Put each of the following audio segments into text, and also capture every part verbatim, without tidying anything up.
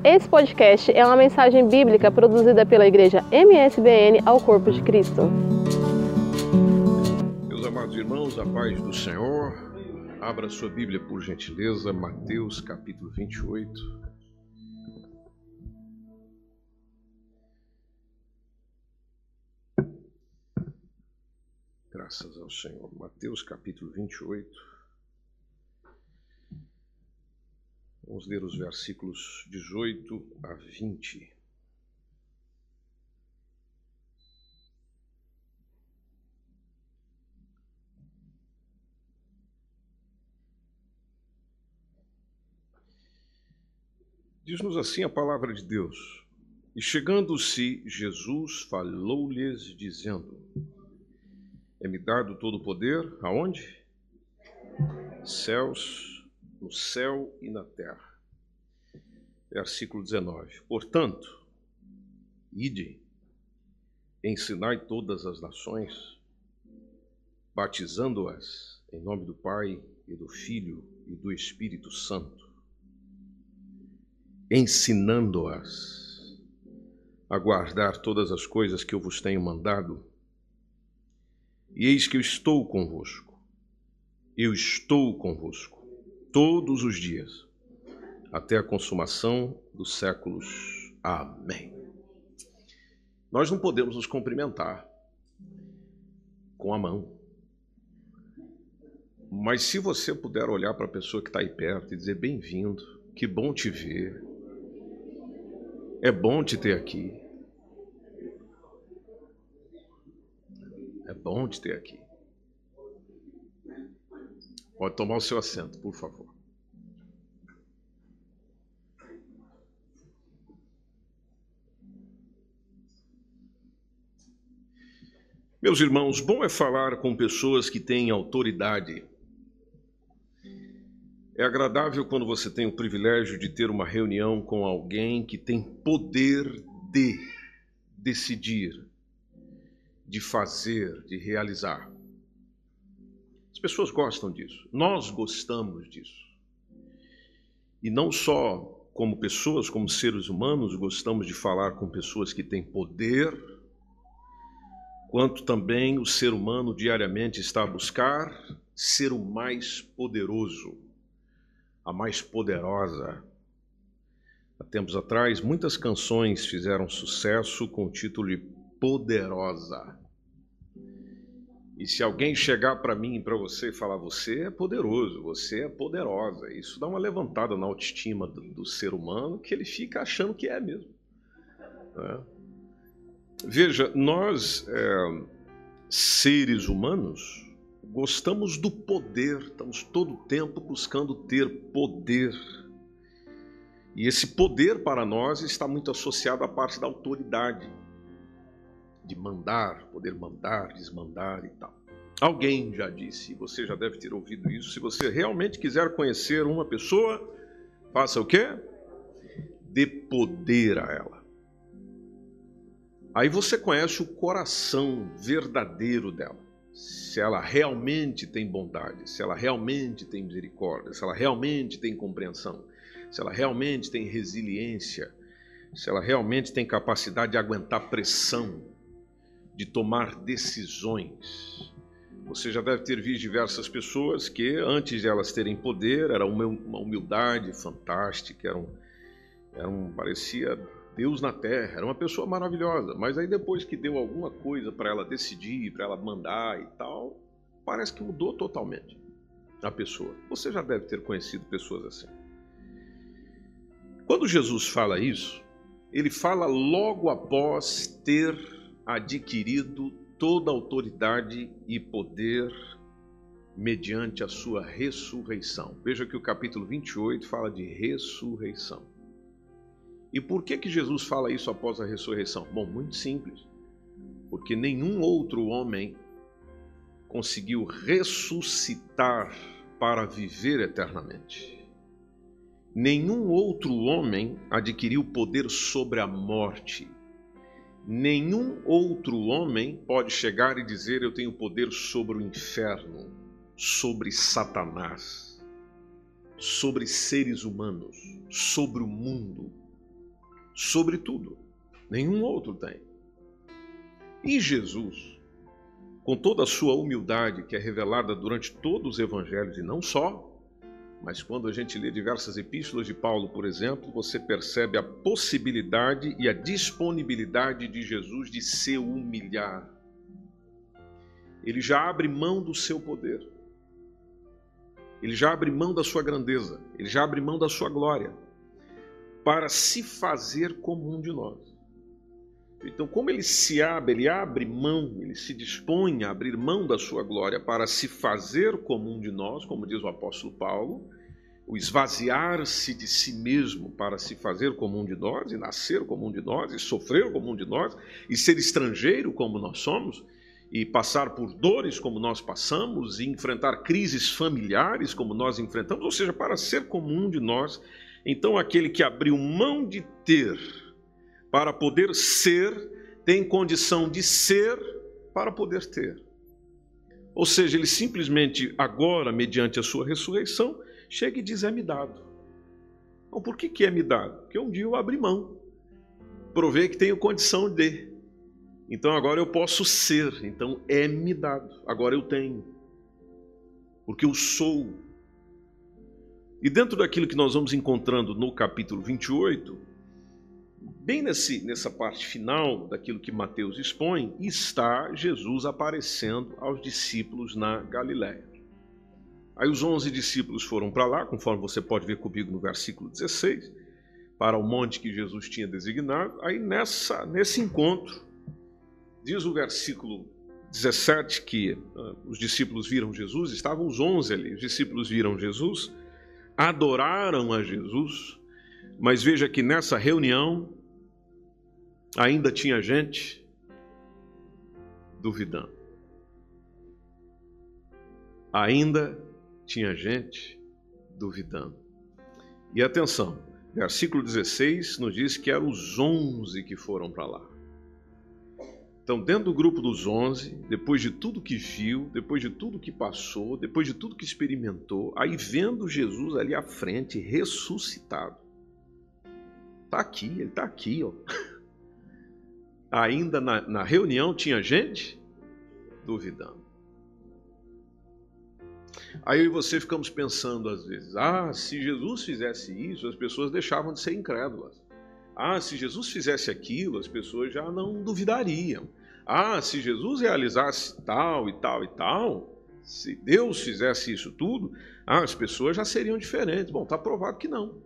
Esse podcast é uma mensagem bíblica produzida pela Igreja M S B N ao Corpo de Cristo. Meus amados irmãos, a paz do Senhor. Abra sua Bíblia, por gentileza, Mateus capítulo vinte e oito. Graças ao Senhor. Mateus capítulo vinte e oito. Vamos ler os versículos dezoito a vinte. Diz-nos assim a palavra de Deus: E chegando-se, Jesus falou-lhes, dizendo: É-me dado todo o poder, aonde? Céus, no céu e na terra. Versículo dezenove. Portanto, ide, ensinai todas as nações, batizando-as em nome do Pai e do Filho e do Espírito Santo, ensinando-as a guardar todas as coisas que eu vos tenho mandado. E eis que eu estou convosco, eu estou convosco, todos os dias, até a consumação dos séculos. Amém. Nós não podemos nos cumprimentar com a mão, mas se você puder olhar para a pessoa que está aí perto e dizer: bem-vindo, que bom te ver, é bom te ter aqui, é bom te ter aqui. Pode tomar o seu assento, por favor. Meus irmãos, bom é falar com pessoas que têm autoridade. É agradável quando você tem o privilégio de ter uma reunião com alguém que tem poder de decidir, de fazer, de realizar. As pessoas gostam disso, nós gostamos disso. E não só como pessoas, como seres humanos, gostamos de falar com pessoas que têm poder, quanto também o ser humano diariamente está a buscar ser o mais poderoso, a mais poderosa. Há tempos atrás, muitas canções fizeram sucesso com o título de Poderosa. E se alguém chegar para mim e para você e falar: você é poderoso, você é poderosa, isso dá uma levantada na autoestima do, do ser humano, que ele fica achando que é mesmo. É. Veja, nós, é, seres humanos, gostamos do poder, estamos todo o tempo buscando ter poder. E esse poder para nós está muito associado à parte da autoridade, de mandar, poder mandar, desmandar e tal. Alguém já disse, você já deve ter ouvido isso: se você realmente quiser conhecer uma pessoa, faça o quê? Dê poder a ela. Aí você conhece o coração verdadeiro dela. Se ela realmente tem bondade, se ela realmente tem misericórdia, se ela realmente tem compreensão, se ela realmente tem resiliência, se ela realmente tem capacidade de aguentar pressão, de tomar decisões. Você já deve ter visto diversas pessoas que, antes de elas terem poder, era uma humildade fantástica, era um, era um, parecia Deus na terra, era uma pessoa maravilhosa, mas aí depois que deu alguma coisa para ela decidir, para ela mandar e tal, parece que mudou totalmente a pessoa. Você já deve ter conhecido pessoas assim. Quando Jesus fala isso, ele fala logo após ter adquirido toda a autoridade e poder mediante a sua ressurreição. Veja que o capítulo vinte e oito fala de ressurreição. E por que que Jesus fala isso após a ressurreição? Bom, muito simples. Porque nenhum outro homem conseguiu ressuscitar para viver eternamente. Nenhum outro homem adquiriu poder sobre a morte. Nenhum outro homem pode chegar e dizer: eu tenho poder sobre o inferno, sobre Satanás, sobre seres humanos, sobre o mundo. sobre tudo. Nenhum outro tem. E Jesus, com toda a sua humildade que é revelada durante todos os evangelhos, e não só, mas quando a gente lê diversas epístolas de Paulo, por exemplo, você percebe a possibilidade e a disponibilidade de Jesus de se humilhar. Ele já abre mão do seu poder. Ele já abre mão da sua grandeza. Ele já abre mão da sua glória para se fazer como um de nós. Então, como ele se abre, ele abre mão, ele se dispõe a abrir mão da sua glória para se fazer como um de nós, como diz o apóstolo Paulo, o esvaziar-se de si mesmo para se fazer como um de nós, e nascer como um de nós, e sofrer como um de nós, e ser estrangeiro como nós somos, e passar por dores como nós passamos, e enfrentar crises familiares como nós enfrentamos, ou seja, para ser como um de nós. Então, aquele que abriu mão de ter para poder ser, tem condição de ser para poder ter. Ou seja, ele simplesmente agora, mediante a sua ressurreição, chega e diz: é-me dado. Então, por que que é-me dado? Porque um dia eu abri mão, provei que tenho condição de. Então agora eu posso ser, então é-me dado. Agora eu tenho, porque eu sou. E dentro daquilo que nós vamos encontrando no capítulo vinte e oito, bem nesse, nessa parte final daquilo que Mateus expõe, está Jesus aparecendo aos discípulos na Galiléia. Aí os onze discípulos foram para lá, conforme você pode ver comigo no versículo dezesseis, para o monte que Jesus tinha designado. Aí nessa, nesse encontro, diz o versículo dezessete que uh, os discípulos viram Jesus, estavam os onze ali, os discípulos viram Jesus, adoraram a Jesus, mas veja que nessa reunião ainda tinha gente duvidando. Ainda tinha gente duvidando. E atenção, versículo dezesseis nos diz que eram os onze que foram para lá. Então, dentro do grupo dos onze, depois de tudo que viu, depois de tudo que passou, depois de tudo que experimentou, aí vendo Jesus ali à frente, ressuscitado. Está aqui, ele está aqui, ó. Ainda na, na reunião tinha gente duvidando. Aí eu e você ficamos pensando às vezes: ah, se Jesus fizesse isso, as pessoas deixavam de ser incrédulas. Ah, se Jesus fizesse aquilo, as pessoas já não duvidariam. Ah, se Jesus realizasse tal e tal e tal, se Deus fizesse isso tudo, ah, as pessoas já seriam diferentes. Bom, está provado que não.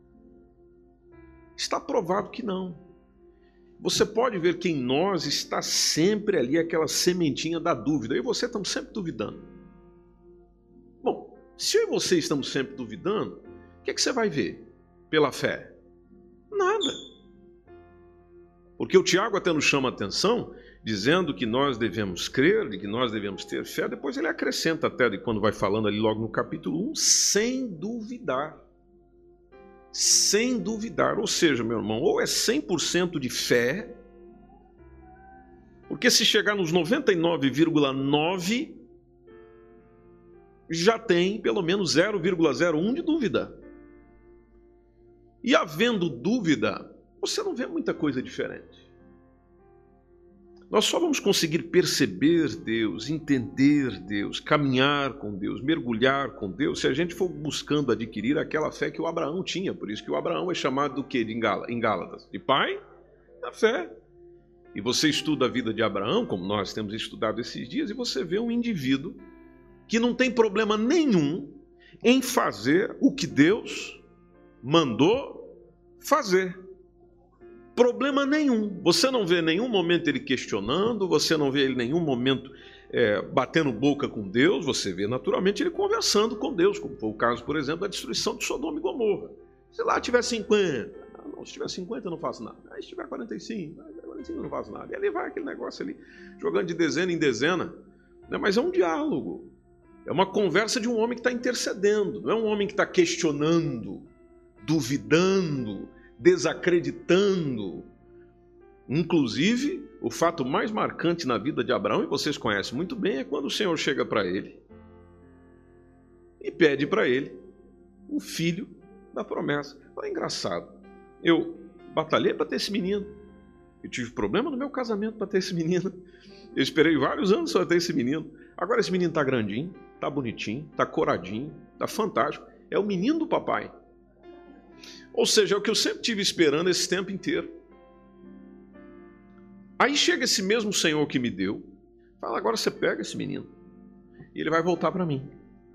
Está provado que não. Você pode ver que em nós está sempre ali aquela sementinha da dúvida. Eu e você estamos sempre duvidando. Bom, se eu e você estamos sempre duvidando, o que é que você vai ver pela fé? Nada. Porque o Tiago até nos chama a atenção, dizendo que nós devemos crer, de que nós devemos ter fé. Depois ele acrescenta até, de quando vai falando ali logo no capítulo um, sem duvidar. Sem duvidar. Ou seja, meu irmão, ou é cem por cento de fé, porque se chegar nos noventa e nove vírgula nove, já tem pelo menos zero vírgula zero um de dúvida. E havendo dúvida, você não vê muita coisa diferente. Nós só vamos conseguir perceber Deus, entender Deus, caminhar com Deus, mergulhar com Deus, se a gente for buscando adquirir aquela fé que o Abraão tinha. Por isso que o Abraão é chamado do quê? De em Gálatas? De pai da fé. E você estuda a vida de Abraão, como nós temos estudado esses dias, e você vê um indivíduo que não tem problema nenhum em fazer o que Deus mandou fazer. Problema nenhum. Você não vê em nenhum momento ele questionando, você não vê ele em nenhum momento é, batendo boca com Deus, você vê naturalmente ele conversando com Deus, como foi o caso, por exemplo, da destruição de Sodoma e Gomorra. Se lá tiver cinquenta, ah, não, se tiver cinquenta eu não faço nada. Aí se tiver quarenta e cinco, quarenta e cinco eu não faço nada. E ali vai aquele negócio ali, jogando de dezena em dezena. Né? Mas é um diálogo, é uma conversa de um homem que está intercedendo, não é um homem que está questionando, duvidando, desacreditando. Inclusive, o fato mais marcante na vida de Abraão, e vocês conhecem muito bem, é quando o Senhor chega para ele e pede para ele o filho da promessa. É engraçado. Eu batalhei para ter esse menino. Eu tive problema no meu casamento para ter esse menino. Eu esperei vários anos para ter esse menino. Agora esse menino está grandinho, está bonitinho, está coradinho, está fantástico. É o menino do papai. Ou seja, é o que eu sempre tive esperando esse tempo inteiro. Aí chega esse mesmo Senhor que me deu, fala, agora você pega esse menino e ele vai voltar para mim.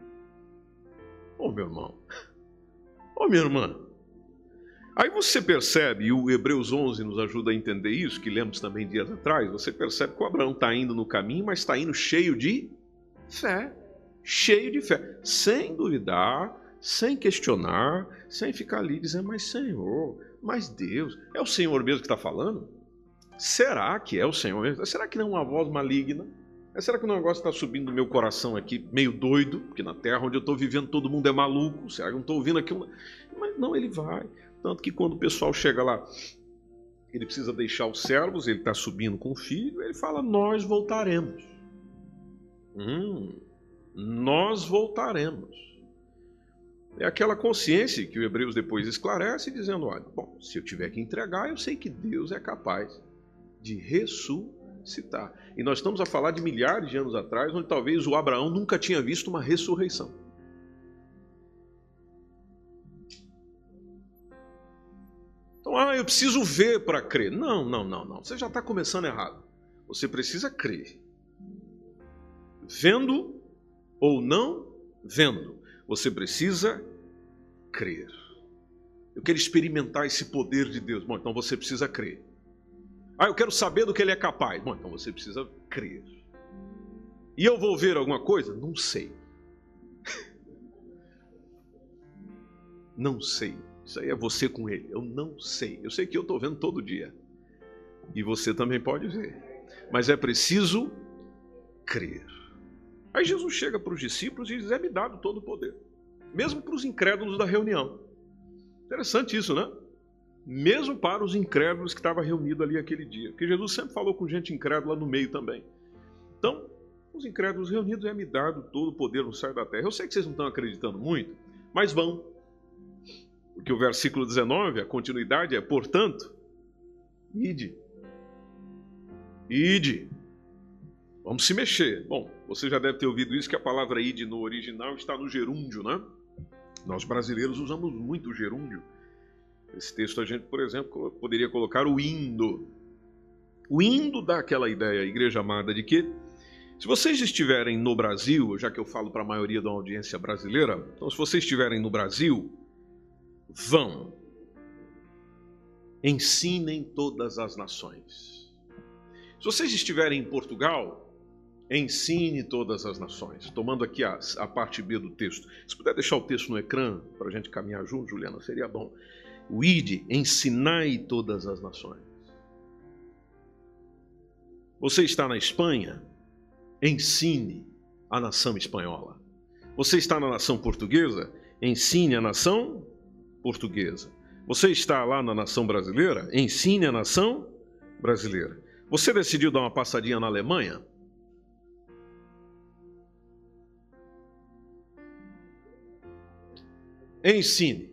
Ô meu irmão, ô minha irmã. Aí você percebe, e o Hebreus onze nos ajuda a entender isso, que lemos também dias atrás, você percebe que o Abraão está indo no caminho, mas está indo cheio de fé, cheio de fé, sem duvidar, sem questionar, sem ficar ali dizendo, mas Senhor, mas Deus, é o Senhor mesmo que está falando? Será que é o Senhor mesmo? Será que não é uma voz maligna? Será que o negócio está subindo no meu coração aqui, meio doido, porque na terra onde eu estou vivendo todo mundo é maluco, será que eu não estou ouvindo aquilo? Mas não, ele vai. Tanto que quando o pessoal chega lá, ele precisa deixar os servos, ele está subindo com o filho, ele fala, nós voltaremos. Hum, nós voltaremos. É aquela consciência que o Hebreus depois esclarece, dizendo, olha, bom, se eu tiver que entregar, eu sei que Deus é capaz de ressuscitar. E nós estamos a falar de milhares de anos atrás, onde talvez o Abraão nunca tinha visto uma ressurreição. Então, ah, eu preciso ver para crer. Não, não, não, não. Você já está começando errado. Você precisa crer. Vendo ou não vendo, você precisa crer. Eu quero experimentar esse poder de Deus. Bom, então você precisa crer. Ah, eu quero saber do que Ele é capaz. Bom, então você precisa crer. E eu vou ver alguma coisa? Não sei. Não sei. Isso aí é você com Ele. Eu não sei. Eu sei que eu estou vendo todo dia. E você também pode ver. Mas é preciso crer. Aí Jesus chega para os discípulos e diz, é-me dado todo o poder. Mesmo para os incrédulos da reunião. Interessante isso, né? Mesmo para os incrédulos que estavam reunidos ali aquele dia. Porque Jesus sempre falou com gente incrédula no meio também. Então, os incrédulos reunidos, é-me dado todo o poder no céu e da terra. Eu sei que vocês não estão acreditando muito, mas vão. Porque o versículo dezenove, a continuidade é, portanto, ide. Ide. Vamos se mexer. Bom, você já deve ter ouvido isso, que a palavra ide no original está no gerúndio, né? Nós brasileiros usamos muito o gerúndio. Esse texto a gente, por exemplo, poderia colocar o indo. O indo dá aquela ideia, igreja amada, de que se vocês estiverem no Brasil, já que eu falo para a maioria da audiência brasileira, então se vocês estiverem no Brasil, vão, ensinem todas as nações. Se vocês estiverem em Portugal, ensine todas as nações. Tomando aqui a, a parte B do texto. Se puder deixar o texto no ecrã para a gente caminhar junto, Juliana, seria bom. O ide, ensinai todas as nações. Você está na Espanha? Ensine a nação espanhola. Você está na nação portuguesa? Ensine a nação portuguesa. Você está lá na nação brasileira? Ensine a nação brasileira. Você decidiu dar uma passadinha na Alemanha? Ensine.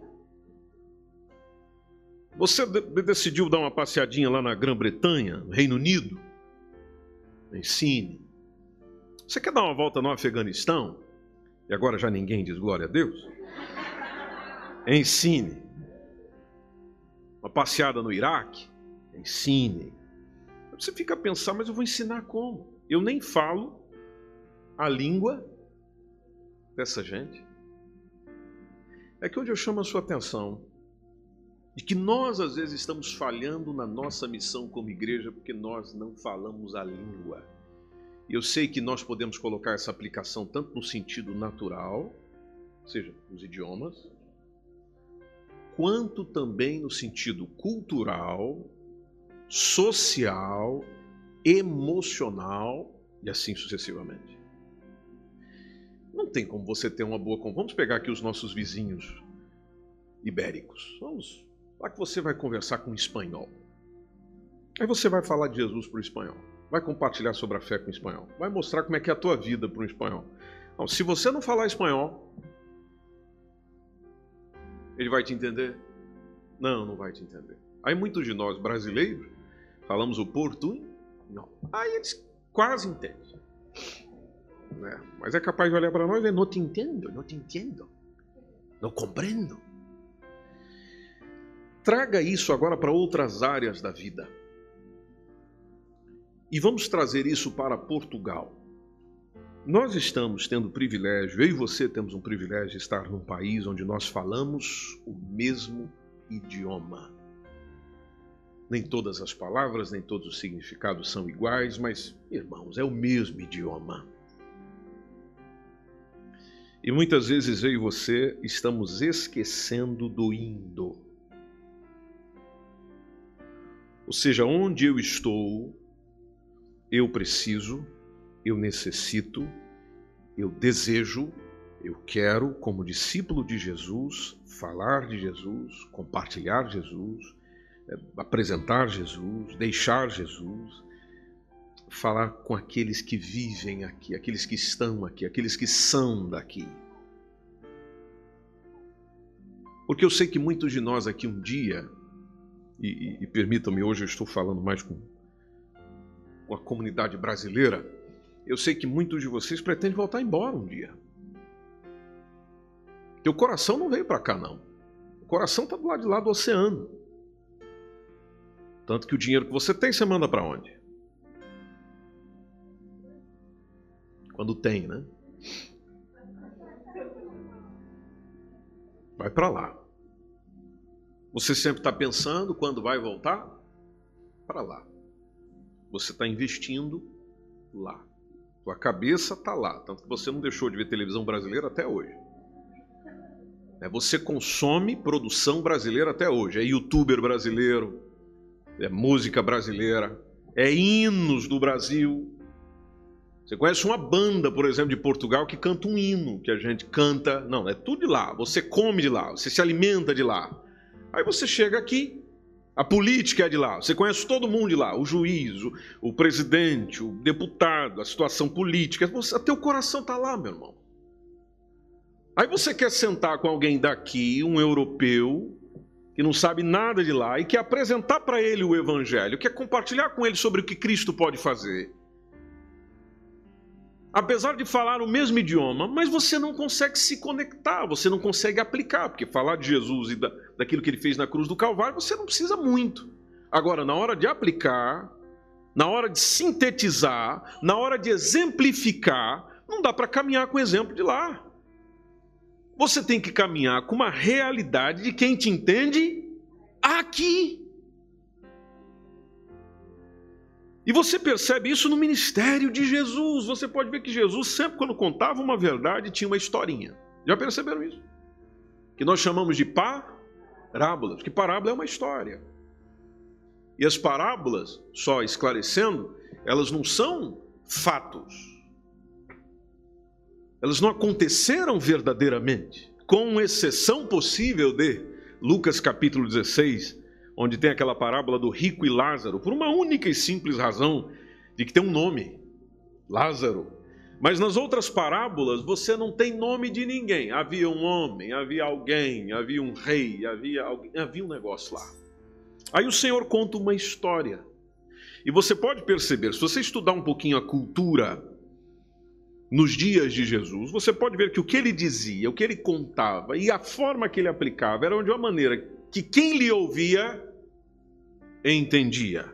Você de- decidiu dar uma passeadinha lá na Grã-Bretanha, no Reino Unido? Ensine. Você quer dar uma volta no Afeganistão? E agora já ninguém diz glória a Deus? Ensine. Uma passeada no Iraque? Ensine. Você fica a pensar, mas eu vou ensinar como? Eu nem falo a língua dessa gente. É que onde eu chamo a sua atenção de que nós às vezes estamos falhando na nossa missão como igreja porque nós não falamos a língua. E eu sei que nós podemos colocar essa aplicação tanto no sentido natural, ou seja, os idiomas, quanto também no sentido cultural, social, emocional e assim sucessivamente. Não tem como você ter uma boa... Vamos pegar aqui os nossos vizinhos ibéricos. Vamos lá que você vai conversar com um espanhol. Aí você vai falar de Jesus para o espanhol. Vai compartilhar sobre a fé com o espanhol. Vai mostrar como é que é a tua vida para um espanhol. Então, se você não falar espanhol, ele vai te entender? Não, não vai te entender. Aí muitos de nós brasileiros falamos o portunhol. Aí eles quase entendem. É, mas é capaz de olhar para nós e dizer, não te entendo, não te entendo, não compreendo. Traga isso agora para outras áreas da vida. E vamos trazer isso para Portugal. Nós estamos tendo o privilégio, eu e você temos um privilégio de estar num país onde nós falamos o mesmo idioma. Nem todas as palavras, nem todos os significados são iguais, mas, irmãos, é o mesmo idioma. E muitas vezes eu e você estamos esquecendo do indo. Ou seja, onde eu estou, eu preciso, eu necessito, eu desejo, eu quero, como discípulo de Jesus, falar de Jesus, compartilhar Jesus, apresentar Jesus, deixar Jesus, falar com aqueles que vivem aqui, aqueles que estão aqui, aqueles que são daqui. Porque eu sei que muitos de nós aqui um dia, e, e, e permitam-me, hoje eu estou falando mais com, com a comunidade brasileira, eu sei que muitos de vocês pretendem voltar embora um dia. Teu coração não veio para cá, não. O coração está do lado de lá do oceano. Tanto que o dinheiro que você tem, você manda para onde? Quando tem, né? Vai para lá. Você sempre está pensando quando vai voltar? Para lá. Você está investindo lá. Tua cabeça está lá. Tanto que você não deixou de ver televisão brasileira até hoje. É, você consome produção brasileira até hoje. É youtuber brasileiro, é música brasileira, é hinos do Brasil. Você conhece uma banda, por exemplo, de Portugal que canta um hino que a gente canta. Não, é tudo de lá. Você come de lá, você se alimenta de lá. Aí você chega aqui, a política é de lá. Você conhece todo mundo de lá. O juiz, o, o presidente, o deputado, a situação política. Você, teu coração está lá, meu irmão. Aí você quer sentar com alguém daqui, um europeu, que não sabe nada de lá, e quer apresentar para ele o evangelho, quer compartilhar com ele sobre o que Cristo pode fazer. Apesar de falar o mesmo idioma, mas você não consegue se conectar, você não consegue aplicar, porque falar de Jesus e da, daquilo que ele fez na cruz do Calvário, você não precisa muito. Agora, na hora de aplicar, na hora de sintetizar, na hora de exemplificar, não dá para caminhar com o exemplo de lá. Você tem que caminhar com uma realidade de quem te entende aqui. E você percebe isso no ministério de Jesus. Você pode ver que Jesus, sempre quando contava uma verdade, tinha uma historinha. Já perceberam isso? Que nós chamamos de parábolas, que parábola é uma história. E as parábolas, só esclarecendo, elas não são fatos. Elas não aconteceram verdadeiramente, com exceção possível de Lucas capítulo dezesseis, onde tem aquela parábola do rico e Lázaro, por uma única e simples razão de que tem um nome, Lázaro. Mas nas outras parábolas você não tem nome de ninguém. Havia um homem, havia alguém, havia um rei, havia, alguém, havia um negócio lá. Aí o Senhor conta uma história. E você pode perceber, se você estudar um pouquinho a cultura nos dias de Jesus, você pode ver que o que ele dizia, o que ele contava e a forma que ele aplicava era de uma maneira que quem lhe ouvia entendia.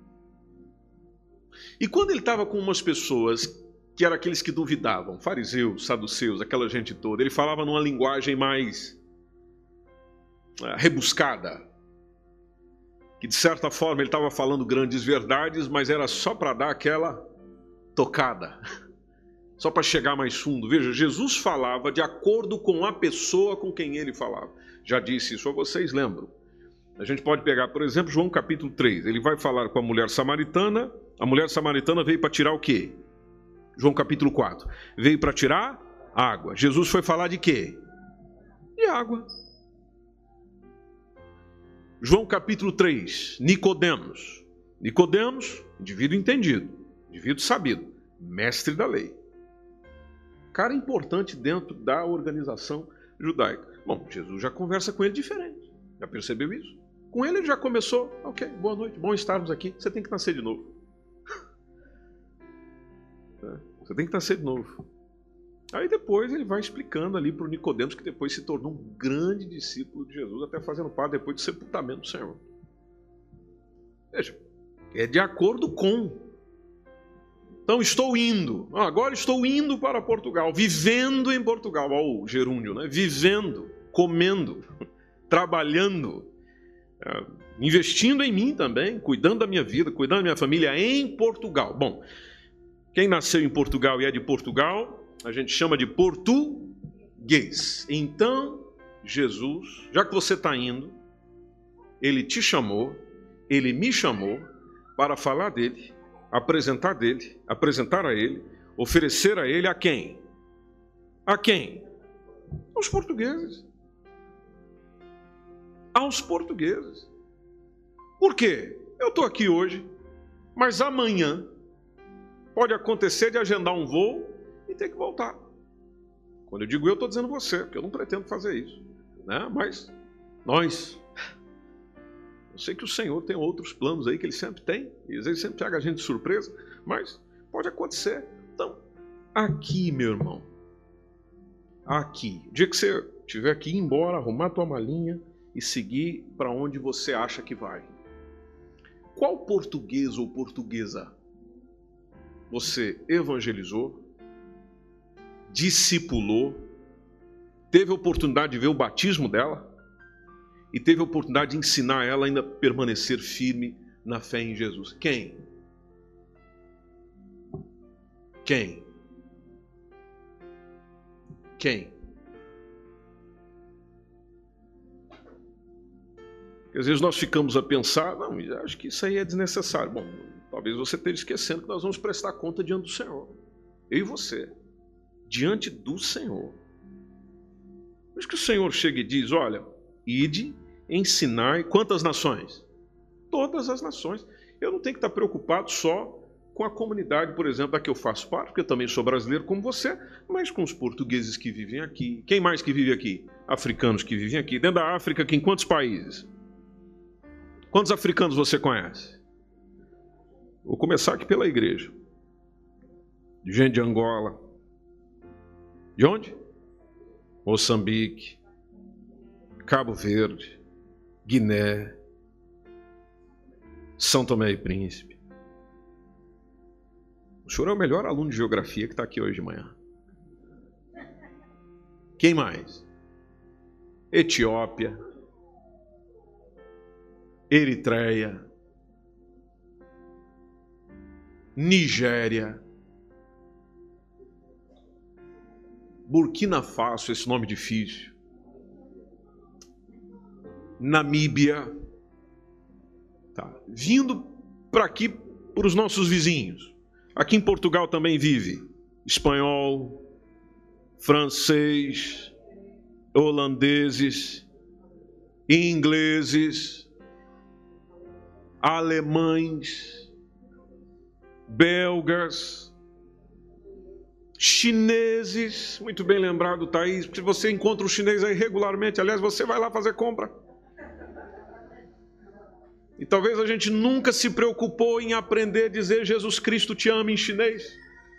E quando ele estava com umas pessoas que eram aqueles que duvidavam, fariseus, saduceus, aquela gente toda, ele falava numa linguagem mais uh, rebuscada, que de certa forma ele estava falando grandes verdades, mas era só para dar aquela tocada, só para chegar mais fundo. Veja, Jesus falava de acordo com a pessoa com quem ele falava. Já disse isso a vocês, lembram? A gente pode pegar, por exemplo, João capítulo três. Ele vai falar com a mulher samaritana. A mulher samaritana veio para tirar o quê? João capítulo quatro. Veio para tirar água. Jesus foi falar de quê? De água. João capítulo três. Nicodemos. Nicodemos, indivíduo entendido, indivíduo sabido, mestre da lei. Cara importante dentro da organização judaica. Bom, Jesus já conversa com ele diferente. Já percebeu isso? Com ele ele já começou, ok, boa noite, bom estarmos aqui. Você tem que nascer de novo. Você tem que nascer de novo. Aí depois ele vai explicando ali para o Nicodemos, que depois se tornou um grande discípulo de Jesus, até fazendo parte depois do sepultamento do Senhor. Veja, é de acordo com. Então estou indo, agora estou indo para Portugal, vivendo em Portugal, ó, o gerúndio, né? Vivendo, comendo, trabalhando, investindo em mim também, cuidando da minha vida, cuidando da minha família em Portugal. Bom, quem nasceu em Portugal e é de Portugal, a gente chama de português. Então, Jesus, já que você está indo, Ele te chamou, Ele me chamou para falar dele, apresentar dele, apresentar a Ele, oferecer a Ele a quem? A quem? Aos portugueses. Aos portugueses. Por quê? Eu estou aqui hoje, mas amanhã pode acontecer de agendar um voo e ter que voltar. Quando eu digo eu, estou dizendo você, porque eu não pretendo fazer isso, né? Mas nós, eu sei que o Senhor tem outros planos aí que Ele sempre tem, e às vezes sempre pega a gente de surpresa, mas pode acontecer. Então, aqui, meu irmão, aqui, o dia que você tiver que ir embora, arrumar tua malinha e seguir para onde você acha que vai, qual português ou portuguesa você evangelizou, discipulou, teve a oportunidade de ver o batismo dela e teve a oportunidade de ensinar ela ainda a permanecer firme na fé em Jesus? Quem? Quem? Quem? Porque às vezes nós ficamos a pensar, não, acho que isso aí é desnecessário. Bom, talvez você esteja esquecendo que nós vamos prestar conta diante do Senhor. Eu e você. Diante do Senhor. Por isso que o Senhor chega e diz, olha, ide, ensinai quantas nações? Todas as nações. Eu não tenho que estar preocupado só com a comunidade, por exemplo, da que eu faço parte, porque eu também sou brasileiro como você, mas com os portugueses que vivem aqui. Quem mais que vive aqui? Africanos que vivem aqui. Dentro da África, aqui, em quantos países? Quantos africanos você conhece? Vou começar aqui pela igreja. Gente de Angola. De onde? Moçambique, Cabo Verde, Guiné, São Tomé e Príncipe. O senhor é o melhor aluno de geografia que está aqui hoje de manhã. Quem mais? Etiópia, Eritreia, Nigéria, Burkina Faso, esse nome difícil, Namíbia, tá. Vindo para aqui, para os nossos vizinhos. Aqui em Portugal também vive espanhol, francês, holandeses, ingleses, alemães, belgas, chineses, muito bem lembrado, Thaís, porque você encontra um chinês aí regularmente, aliás, você vai lá fazer compra. E talvez a gente nunca se preocupou em aprender a dizer Jesus Cristo te ama em chinês.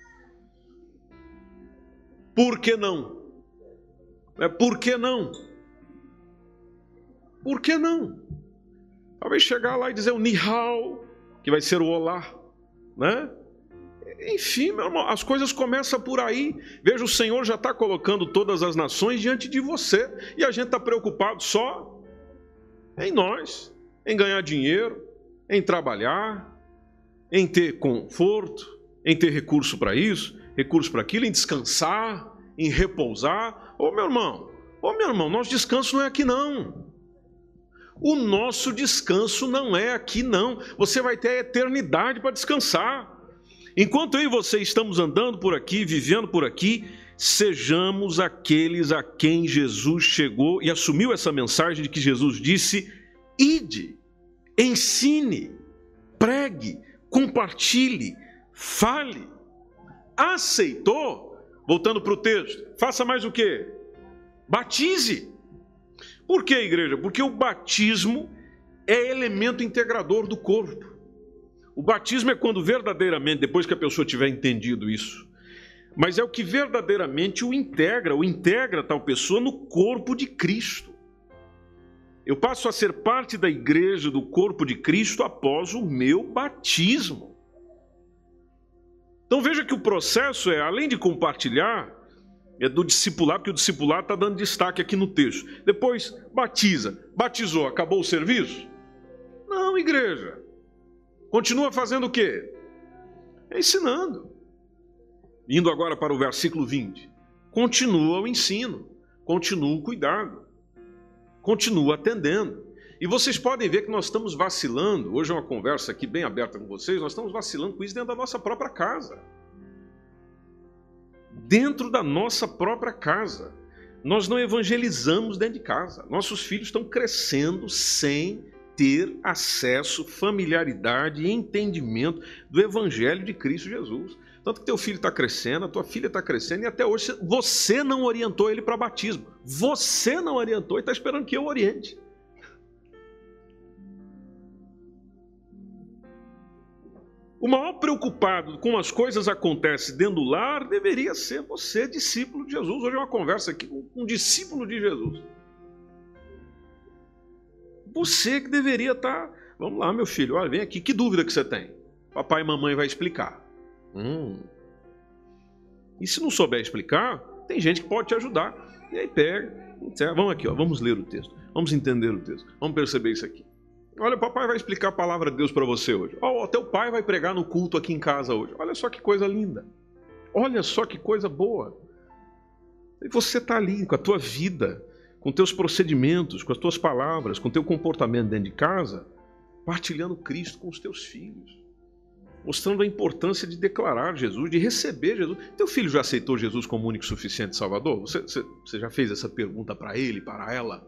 Por que não? É, por que não? Por que não? Talvez chegar lá e dizer o ni hao, que vai ser o olá, né? Enfim, meu irmão, as coisas começam por aí. Veja, o Senhor já está colocando todas as nações diante de você, e a gente está preocupado só em nós, em ganhar dinheiro, em trabalhar, em ter conforto, em ter recurso para isso, recurso para aquilo, em descansar, em repousar. Ô meu irmão, ô meu irmão, nosso descanso não é aqui não. O nosso descanso não é aqui não. Você vai ter a eternidade para descansar. Enquanto eu e você estamos andando por aqui, vivendo por aqui, sejamos aqueles a quem Jesus chegou e assumiu essa mensagem de que Jesus disse: ide, ensine, pregue, compartilhe, fale. Aceitou? Voltando para o texto, faça mais o quê? Batize. Por que, igreja? Porque o batismo é elemento integrador do corpo. O batismo é quando verdadeiramente, depois que a pessoa tiver entendido isso, mas é o que verdadeiramente o integra, o integra tal pessoa no corpo de Cristo. Eu passo a ser parte da igreja, do corpo de Cristo, após o meu batismo. Então veja que o processo é, além de compartilhar, é do discipulado, porque o discipulado está dando destaque aqui no texto. Depois, batiza. Batizou, acabou o serviço? Não, igreja. Continua fazendo o quê? Ensinando. Indo agora para o versículo vinte. Continua o ensino, continua o cuidado, continua atendendo. E vocês podem ver que nós estamos vacilando, hoje é uma conversa aqui bem aberta com vocês, nós estamos vacilando com isso dentro da nossa própria casa. Dentro da nossa própria casa. Nós não evangelizamos dentro de casa. Nossos filhos estão crescendo sem ter acesso, familiaridade e entendimento do Evangelho de Cristo Jesus. Tanto que teu filho está crescendo, a tua filha está crescendo, e até hoje você não orientou ele para batismo. Você não orientou e está esperando que eu oriente. O maior preocupado com as coisas acontecem dentro do lar deveria ser você, discípulo de Jesus. Hoje é uma conversa aqui com um discípulo de Jesus. Você que deveria estar... Vamos lá, meu filho, olha, vem aqui, que dúvida que você tem? Papai e mamãe vai explicar. Hum. E se não souber explicar, tem gente que pode te ajudar. E aí pega, vamos aqui, ó, vamos ler o texto, vamos entender o texto, vamos perceber isso aqui. Olha, o papai vai explicar a palavra de Deus para você hoje. Oh, teu pai vai pregar no culto aqui em casa hoje. Olha só que coisa linda. Olha só que coisa boa. E você está ali com a tua vida, com teus procedimentos, com as tuas palavras, com o teu comportamento dentro de casa, partilhando Cristo com os teus filhos. Mostrando a importância de declarar Jesus, de receber Jesus. Teu filho já aceitou Jesus como único e suficiente Salvador? Você, você, você já fez essa pergunta para ele, para ela?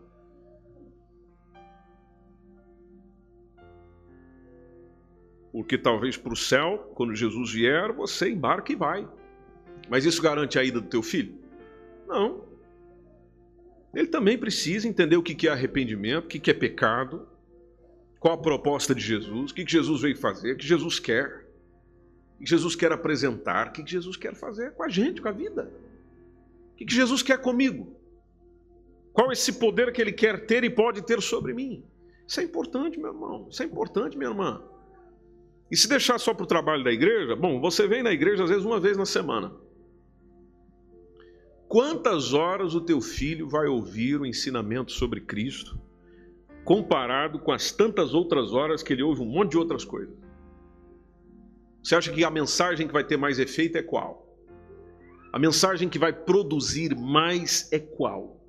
Porque talvez para o céu, quando Jesus vier, você embarca e vai. Mas isso garante a ida do teu filho? Não. Ele também precisa entender o que é arrependimento, o que é pecado, qual a proposta de Jesus, o que Jesus veio fazer, o que Jesus quer, o que Jesus quer apresentar, o que Jesus quer fazer com a gente, com a vida. O que Jesus quer comigo? Qual é esse poder que Ele quer ter e pode ter sobre mim? Isso é importante, meu irmão. Isso é importante, minha irmã. E se deixar só para o trabalho da igreja, bom, você vem na igreja às vezes uma vez na semana. Quantas horas o teu filho vai ouvir o ensinamento sobre Cristo, comparado com as tantas outras horas que ele ouve um monte de outras coisas? Você acha que a mensagem que vai ter mais efeito é qual? A mensagem que vai produzir mais é qual?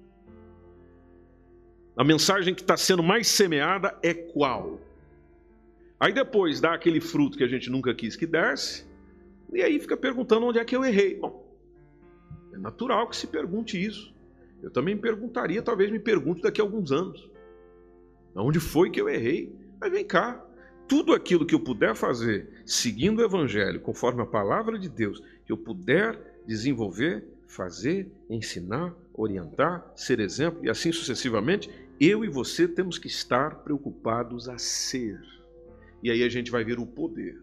A mensagem que está sendo mais semeada é qual? Aí depois dá aquele fruto que a gente nunca quis que desse, e aí fica perguntando onde é que eu errei. Bom, é natural que se pergunte isso. Eu também me perguntaria, talvez me pergunte daqui a alguns anos. Onde foi que eu errei? Mas vem cá, tudo aquilo que eu puder fazer, seguindo o Evangelho, conforme a palavra de Deus, que eu puder desenvolver, fazer, ensinar, orientar, ser exemplo, e assim sucessivamente, eu e você temos que estar preocupados a ser. E aí a gente vai ver o poder.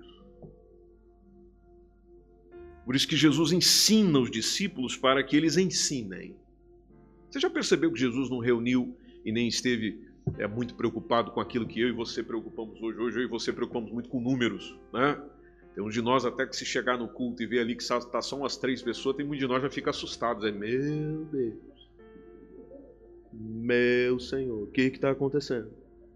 Por isso que Jesus ensina os discípulos para que eles ensinem. Você já percebeu que Jesus não reuniu e nem esteve é, muito preocupado com aquilo que eu e você preocupamos hoje? Hoje eu e você preocupamos muito com números, né? Tem uns de nós até que se chegar no culto e ver ali que está só umas três pessoas, tem muitos de nós já fica assustados. É, meu Deus, meu Senhor, o que está acontecendo?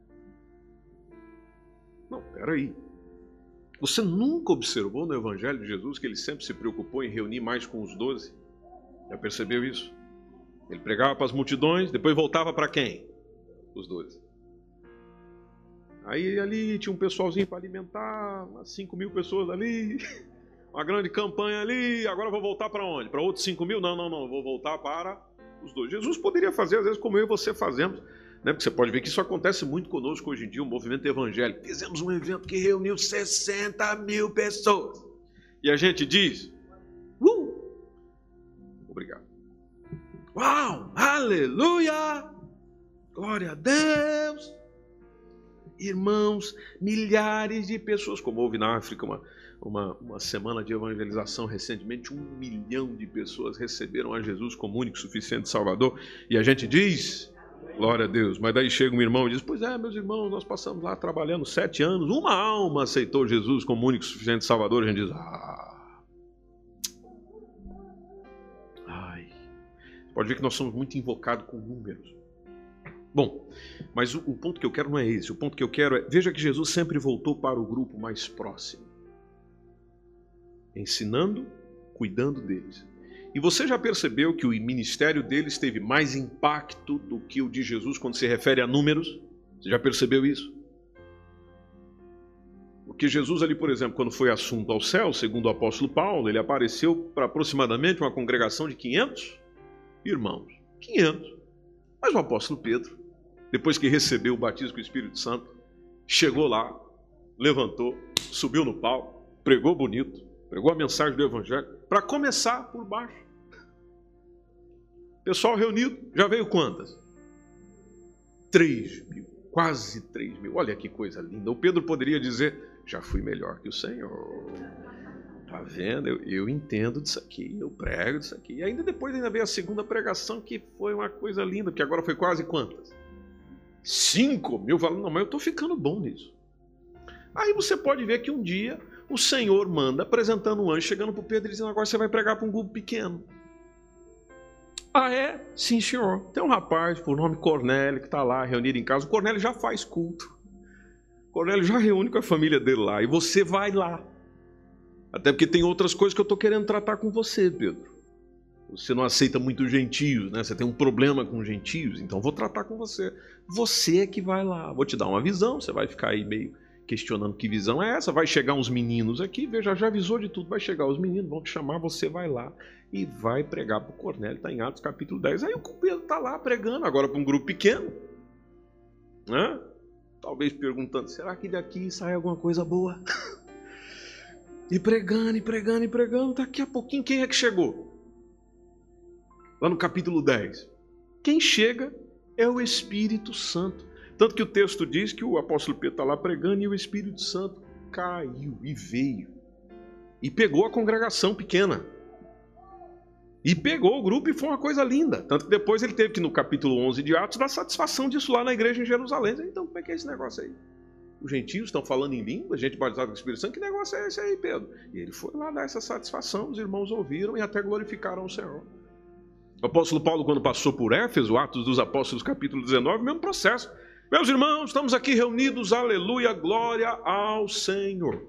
Não, peraí. Você nunca observou no Evangelho de Jesus que ele sempre se preocupou em reunir mais com os doze? Já percebeu isso? Ele pregava para as multidões, depois voltava para quem? Os doze. Aí ali tinha um pessoalzinho para alimentar, umas cinco mil pessoas ali, uma grande campanha ali, agora eu vou voltar para onde? Para outros cinco mil? Não, não, não, eu vou voltar para os doze. Jesus poderia fazer, às vezes, como eu e você fazemos, né? Porque você pode ver que isso acontece muito conosco hoje em dia, o movimento evangélico. Fizemos um evento que reuniu sessenta mil pessoas. E a gente diz, uh, obrigado. Uau, aleluia, glória a Deus. Irmãos, milhares de pessoas, como houve na África uma, uma, uma semana de evangelização recentemente, um milhão de pessoas receberam a Jesus como único, suficiente Salvador. E a gente diz, glória a Deus, mas daí chega um irmão e diz, pois é, meus irmãos, nós passamos lá trabalhando sete anos, uma alma aceitou Jesus como único, suficiente Salvador. A gente diz, ah, ai, pode ver que nós somos muito invocados com números. Bom, mas o, o ponto que eu quero não é esse. O ponto que eu quero é, veja que Jesus sempre voltou para o grupo mais próximo, ensinando, cuidando deles. E você já percebeu que o ministério deles teve mais impacto do que o de Jesus quando se refere a números? Você já percebeu isso? Porque Jesus ali, por exemplo, quando foi assunto ao céu, segundo o apóstolo Paulo, ele apareceu para aproximadamente uma congregação de quinhentos irmãos. quinhentos. Mas o apóstolo Pedro, depois que recebeu o batismo com o Espírito Santo, chegou lá, levantou, subiu no palco, pregou bonito, pregou a mensagem do Evangelho, para começar por baixo. Pessoal reunido, já veio quantas? Três mil, quase três mil. Olha que coisa linda. O Pedro poderia dizer, já fui melhor que o Senhor. Tá vendo? Eu, eu entendo disso aqui, eu prego disso aqui. E ainda depois ainda veio a segunda pregação, que foi uma coisa linda, porque agora foi quase quantas? Cinco mil. Falando, não, mas eu estou ficando bom nisso. Aí você pode ver que um dia o Senhor manda, apresentando um anjo, chegando para o Pedro e dizendo, agora você vai pregar para um grupo pequeno. Ah, é? Sim, senhor. Tem um rapaz por nome Cornélio que está lá reunido em casa. O Cornélio já faz culto. O Cornélio já reúne com a família dele lá. E você vai lá. Até porque tem outras coisas que eu estou querendo tratar com você, Pedro. Você não aceita muito gentios, né? Você tem um problema com gentios, então vou tratar com você. Você é que vai lá. Vou te dar uma visão, você vai ficar aí meio questionando que visão é essa. Vai chegar uns meninos aqui, veja, já avisou de tudo. Vai chegar os meninos, vão te chamar, você vai lá e vai pregar para o Cornélio. Está em Atos capítulo dez. Aí o Pedro está lá pregando, agora para um grupo pequeno. Né? Talvez perguntando, será que daqui sai alguma coisa boa? E pregando, e pregando, e pregando. Daqui a pouquinho, quem é que chegou? Lá no capítulo dez. Quem chega é o Espírito Santo. Tanto que o texto diz que o apóstolo Pedro está lá pregando e o Espírito Santo caiu e veio. E pegou a congregação pequena. E pegou o grupo e foi uma coisa linda. Tanto que depois ele teve que, no capítulo onze de Atos, dar satisfação disso lá na igreja em Jerusalém. Então, como é que é esse negócio aí? Os gentios estão falando em língua, gente batizada com o Espírito Santo, que negócio é esse aí, Pedro? E ele foi lá dar essa satisfação, os irmãos ouviram e até glorificaram o Senhor. O apóstolo Paulo, quando passou por Éfeso, Atos dos Apóstolos, capítulo dezenove, mesmo processo. Meus irmãos, estamos aqui reunidos, aleluia, glória ao Senhor.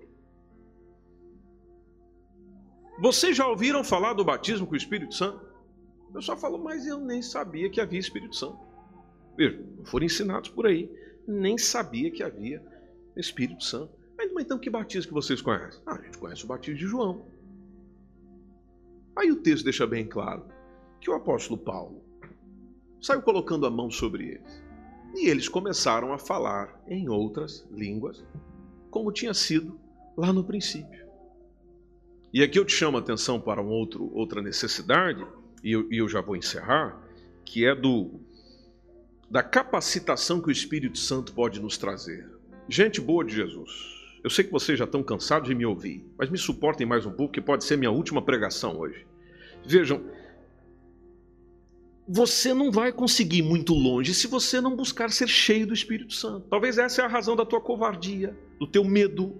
Vocês já ouviram falar do batismo com o Espírito Santo? O pessoal falou, mas eu nem sabia que havia Espírito Santo. Veja, foram ensinados por aí, nem sabia que havia Espírito Santo. Mas então que batismo que vocês conhecem? Ah, a gente conhece o batismo de João. Aí o texto deixa bem claro que o apóstolo Paulo saiu colocando a mão sobre eles. E eles começaram a falar em outras línguas, como tinha sido lá no princípio. E aqui eu te chamo a atenção para um outro, outra necessidade, e eu, e eu já vou encerrar, que é do, da capacitação que o Espírito Santo pode nos trazer. Gente boa de Jesus, eu sei que vocês já estão cansados de me ouvir, mas me suportem mais um pouco, que pode ser minha última pregação hoje. Vejam, você não vai conseguir ir muito longe se você não buscar ser cheio do Espírito Santo. Talvez essa é a razão da tua covardia, do teu medo.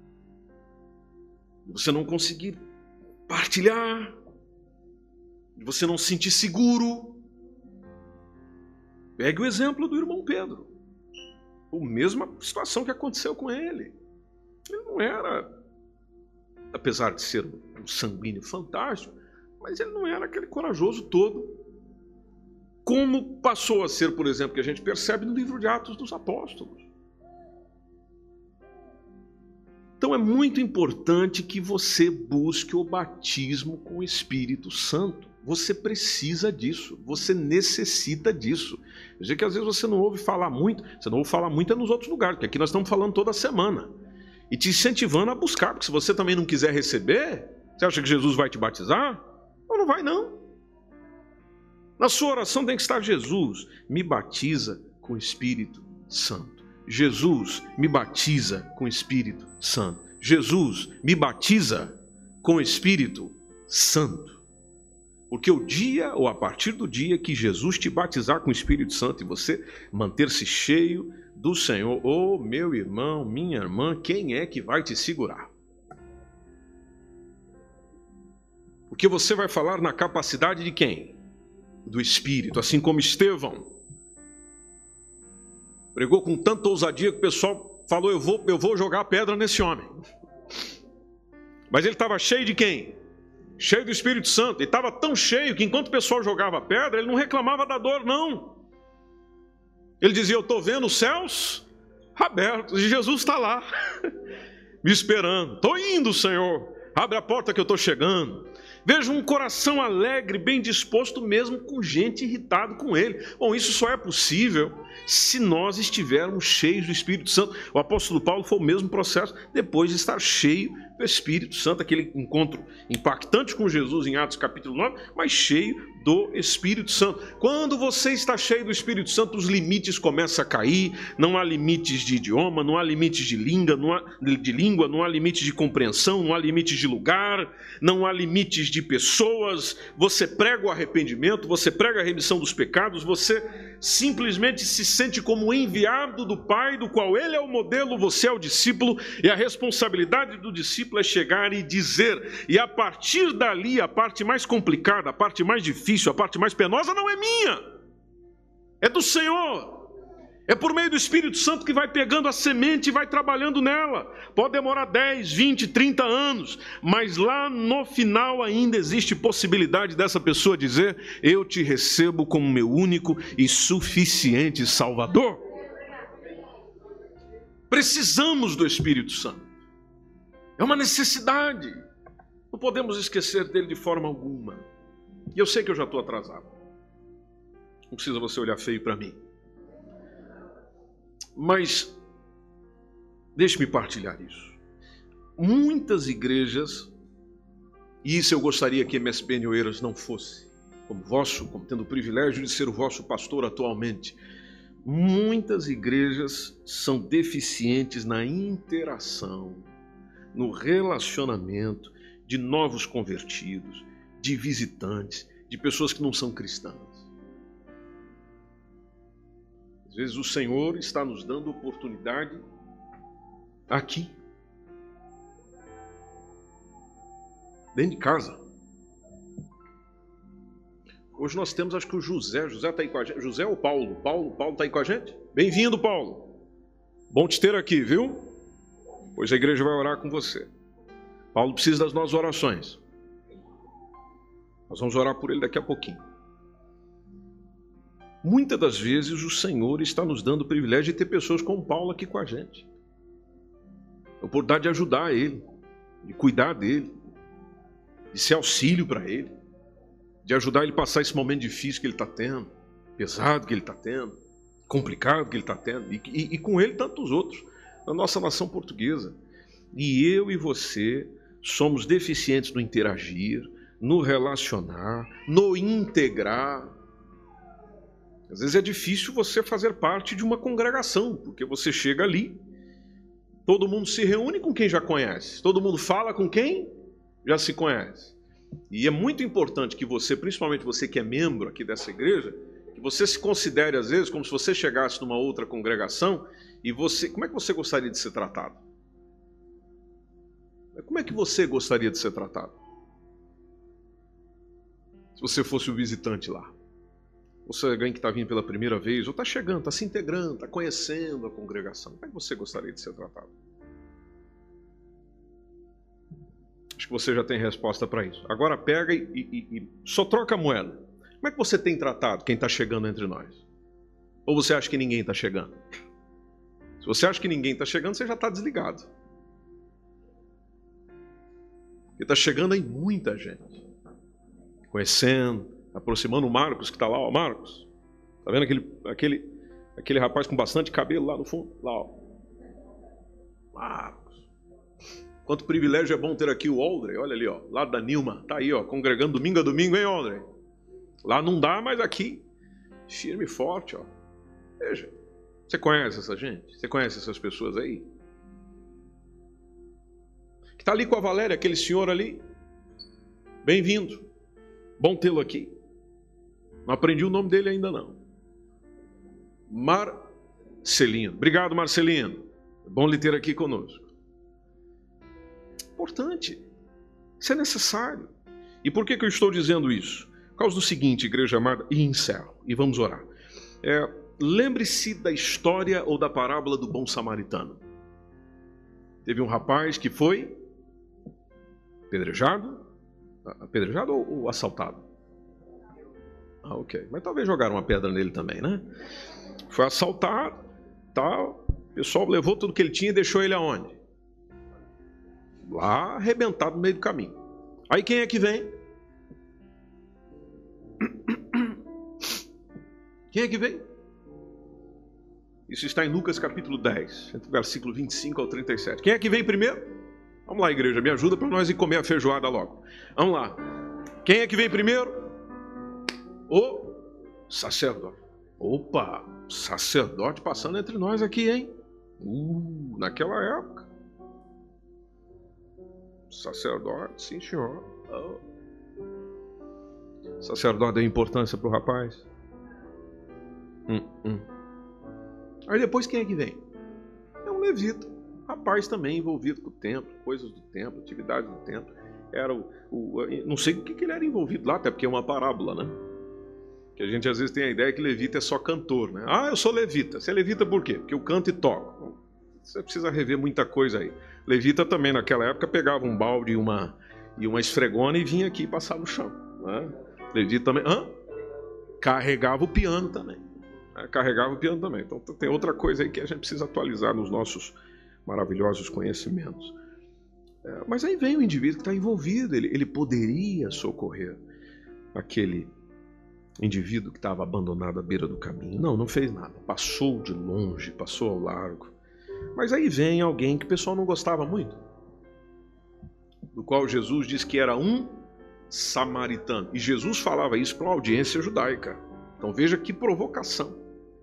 Você não conseguir partilhar, de você não se sentir seguro. Pegue o exemplo do irmão Pedro. A mesma situação que aconteceu com ele. Ele não era, apesar de ser um sanguíneo fantástico, mas ele não era aquele corajoso todo, como passou a ser, por exemplo, que a gente percebe no livro de Atos dos Apóstolos. Então é muito importante que você busque o batismo com o Espírito Santo. Você precisa disso, você necessita disso. Eu sei que às vezes você não ouve falar muito, você não ouve falar muito é nos outros lugares, porque aqui nós estamos falando toda semana. E te incentivando a buscar, porque se você também não quiser receber, você acha que Jesus vai te batizar? Ou não vai não. Na sua oração tem que estar: Jesus, me batiza com o Espírito Santo. Jesus me batiza com o Espírito Santo. Jesus me batiza com o Espírito Santo. Porque o dia, ou a partir do dia que Jesus te batizar com o Espírito Santo e você manter-se cheio do Senhor, ô meu irmão, minha irmã, quem é que vai te segurar? Porque você vai falar na capacidade de quem? Do Espírito, assim como Estevão pregou com tanta ousadia que o pessoal falou, eu vou, eu vou jogar pedra nesse homem. Mas ele estava cheio de quem? Cheio do Espírito Santo. Ele estava tão cheio que enquanto o pessoal jogava pedra, ele não reclamava da dor, não. Ele dizia, eu estou vendo os céus abertos e Jesus está lá, me esperando. Estou indo, Senhor. Abre a porta que eu estou chegando. Veja um coração alegre, bem disposto, mesmo com gente irritada com ele. Bom, isso só é possível se nós estivermos cheios do Espírito Santo. O apóstolo Paulo foi o mesmo processo depois de estar cheio do Espírito Santo, aquele encontro impactante com Jesus em Atos capítulo nove, mas cheio do Espírito Santo. Quando você está cheio do Espírito Santo, os limites começam a cair, não há limites de idioma, não há limites de língua, não há, de língua, não há limites de compreensão, não há limites de lugar, não há limites de pessoas. Você prega o arrependimento, você prega a remissão dos pecados, você simplesmente se sente como enviado do Pai, do qual Ele é o modelo, você é o discípulo, e a responsabilidade do discípulo é chegar e dizer, e a partir dali, a parte mais complicada, a parte mais difícil, a parte mais penosa não é minha, é do Senhor. É por meio do Espírito Santo que vai pegando a semente e vai trabalhando nela. Pode demorar dez, vinte, trinta anos, mas lá no final ainda existe possibilidade dessa pessoa dizer, eu te recebo como meu único e suficiente Salvador. Precisamos do Espírito Santo. É uma necessidade. Não podemos esquecer dele de forma alguma. E eu sei que eu já estou atrasado. Não precisa você olhar feio para mim. Mas, deixe-me partilhar isso. Muitas igrejas, e isso eu gostaria que M S B Oeiras não fosse, como vosso, como tendo o privilégio de ser o vosso pastor atualmente, muitas igrejas são deficientes na interação, no relacionamento de novos convertidos, de visitantes, de pessoas que não são cristãs. Às vezes o Senhor está nos dando oportunidade aqui, dentro de casa. Hoje nós temos, acho que o José, José está aí com a gente. José ou Paulo? Paulo, Paulo está aí com a gente? Bem-vindo, Paulo. Bom te ter aqui, viu? Pois a igreja vai orar com você. Paulo precisa das nossas orações. Nós vamos orar por ele daqui a pouquinho. Muitas das vezes o Senhor está nos dando o privilégio de ter pessoas como Paulo aqui com a gente. A oportunidade de ajudar ele, de cuidar dele, de ser auxílio para ele, de ajudar ele a passar esse momento difícil que ele está tendo, pesado que ele está tendo, complicado que ele está tendo, e, e, e com ele tantos outros, na nossa nação portuguesa. E eu e você somos deficientes no interagir, no relacionar, no integrar. Às vezes é difícil você fazer parte de uma congregação, porque você chega ali, todo mundo se reúne com quem já conhece, todo mundo fala com quem já se conhece. E é muito importante que você, principalmente você que é membro aqui dessa igreja, que você se considere às vezes como se você chegasse numa outra congregação e você... Como é que você gostaria de ser tratado? Como é que você gostaria de ser tratado? Se você fosse o visitante lá. Você é alguém que está vindo pela primeira vez, ou está chegando, está se integrando, está conhecendo a congregação. Como é que você gostaria de ser tratado? Acho que você já tem resposta para isso. Agora pega e, e, e só troca a moeda. Como é que você tem tratado quem está chegando entre nós? Ou você acha que ninguém está chegando? Se você acha que ninguém está chegando, você já está desligado. Porque está chegando aí muita gente. Conhecendo, aproximando o Marcos, que está lá, ó, Marcos. Está vendo aquele, aquele, aquele rapaz com bastante cabelo lá no fundo? Lá, ó. Marcos. Quanto privilégio é bom ter aqui o Aldrey, olha ali, ó, lá da Nilma. Está aí, ó, congregando domingo a domingo, hein, Aldrey? Lá não dá, mas aqui, firme e forte, ó. Veja, Você conhece essa gente? Você conhece essas pessoas aí? Que está ali com a Valéria, aquele senhor ali. Bem-vindo. Bom tê-lo aqui. Não aprendi o nome dele ainda não. Marcelino. Obrigado, Marcelino. É bom lhe ter aqui conosco. Importante. Isso é necessário. E por que que eu estou dizendo isso? Por causa do seguinte, igreja amada, e encerro, e vamos orar. É, lembre-se da história ou da parábola do bom samaritano. Teve um rapaz que foi apedrejado, apedrejado ou, ou assaltado? Ah, ok. Mas talvez jogaram uma pedra nele também, né? Foi assaltado, tal. O pessoal levou tudo que ele tinha e deixou ele aonde? Lá, arrebentado no meio do caminho. Aí quem é que vem? Quem é que vem? Isso está em Lucas capítulo dez, entre o versículo vinte e cinco ao trinta e sete. Quem é que vem primeiro? Vamos lá, igreja, me ajuda para nós ir comer a feijoada logo. Vamos lá. Quem é que vem primeiro? O sacerdote. Opa, sacerdote passando entre nós aqui, hein? Uh, naquela época. Sacerdote, sim senhor. Oh. Sacerdote deu importância para o rapaz. Hum, hum. Aí depois quem é que vem? É um levita. Rapaz também envolvido com o templo, coisas do templo, atividades do templo. Era o, o, não sei o que, que ele era envolvido lá, até porque é uma parábola, né? Que a gente às vezes tem a ideia que levita é só cantor, né? Ah, eu sou levita. Você é levita por quê? Porque eu canto e toco. Você precisa rever muita coisa aí. Levita também naquela época pegava um balde e uma, e uma esfregona e vinha aqui passar no chão, né? Levita também. Hã? Carregava o piano também. É, carregava o piano também. Então tem outra coisa aí que a gente precisa atualizar nos nossos maravilhosos conhecimentos. É, mas aí vem o indivíduo que está envolvido. Ele, ele poderia socorrer aquele indivíduo que estava abandonado à beira do caminho. Não, não fez nada. Passou de longe, passou ao largo. Mas aí vem alguém que o pessoal não gostava muito, do qual Jesus diz que era um samaritano. E Jesus falava isso para uma audiência judaica. Então veja que provocação.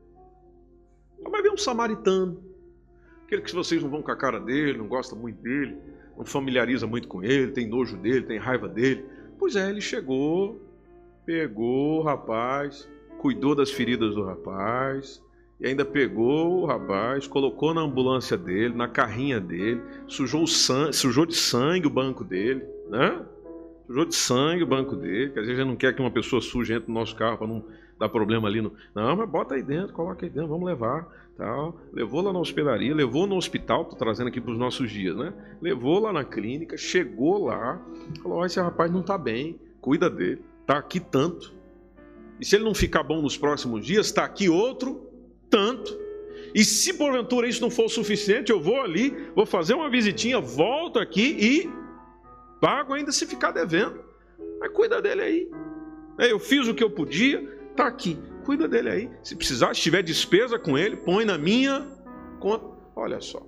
Mas vem um samaritano, aquele que vocês não vão com a cara dele, não gostam muito dele, não familiariza muito com ele, tem nojo dele, tem raiva dele. Pois é, ele chegou, pegou o rapaz, cuidou das feridas do rapaz, e ainda pegou o rapaz, colocou na ambulância dele, na carrinha dele, sujou, o sangue, sujou de sangue o banco dele, né? Sujou de sangue o banco dele, que às vezes a gente não quer que uma pessoa suja entre no nosso carro para não dar problema ali. No... Não, mas bota aí dentro, coloca aí dentro, vamos levar. Tal. Levou lá na hospedaria, levou no hospital, estou trazendo aqui para os nossos dias, né? Levou lá na clínica, chegou lá, falou, ó, esse rapaz não está bem, cuida dele, está aqui tanto. E se ele não ficar bom nos próximos dias, está aqui outro tanto. E se porventura isso não for o suficiente, eu vou ali, vou fazer uma visitinha, volto aqui e pago ainda se ficar devendo. Mas cuida dele aí. Eu fiz o que eu podia, está aqui. Cuida dele aí. Se precisar, se tiver despesa com ele, põe na minha conta. Olha só.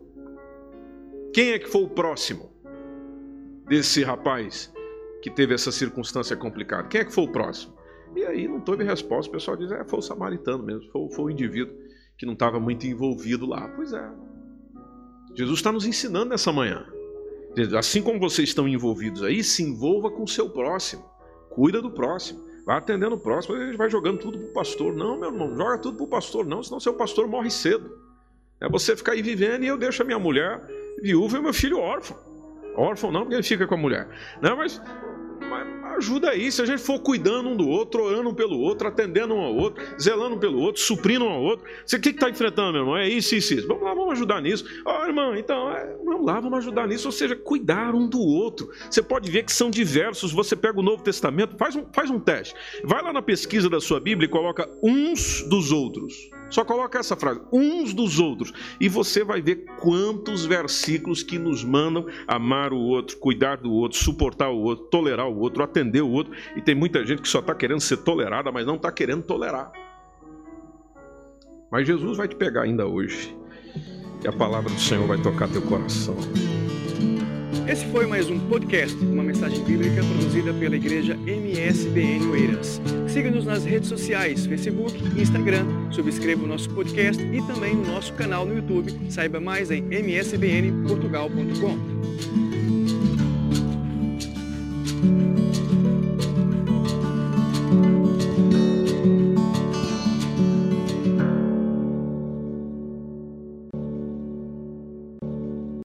Quem é que foi o próximo desse rapaz que teve essa circunstância complicada? Quem é que foi o próximo? E aí não teve resposta. O pessoal diz, é, foi o samaritano mesmo. Foi, foi o indivíduo que não estava muito envolvido lá. Pois é. Jesus está nos ensinando nessa manhã. Assim como vocês estão envolvidos aí, se envolva com o seu próximo. Cuida do próximo. Vai atendendo o próximo. A gente vai jogando tudo para o pastor. Não, meu irmão, joga tudo para o pastor. Não, senão seu pastor morre cedo. É você ficar aí vivendo e eu deixo a minha mulher viúva e o meu filho órfão. Órfão não, porque ele fica com a mulher. Não, mas... mas ajuda aí, se a gente for cuidando um do outro, orando um pelo outro, atendendo um ao outro, zelando um pelo outro, suprindo um ao outro. Você o que está enfrentando, meu irmão? É isso, isso, isso. Vamos lá, vamos ajudar nisso. Ó, oh, irmão, então, é, vamos lá, vamos ajudar nisso. Ou seja, cuidar um do outro. Você pode ver que são diversos. Você pega o Novo Testamento, faz um, faz um teste. Vai lá na pesquisa da sua Bíblia e coloca uns dos outros. Só coloca essa frase, uns dos outros. E você vai ver quantos versículos que nos mandam amar o outro, cuidar do outro, suportar o outro, tolerar o outro, atender o outro. E tem muita gente que só está querendo ser tolerada, mas não está querendo tolerar. Mas Jesus vai te pegar ainda hoje. E a palavra do Senhor vai tocar teu coração. Esse foi mais um podcast, uma mensagem bíblica produzida pela igreja M S B N Oeiras. Siga-nos nas redes sociais, Facebook e Instagram. Subscreva o nosso podcast e também o nosso canal no YouTube. Saiba mais em m s b n portugal ponto com.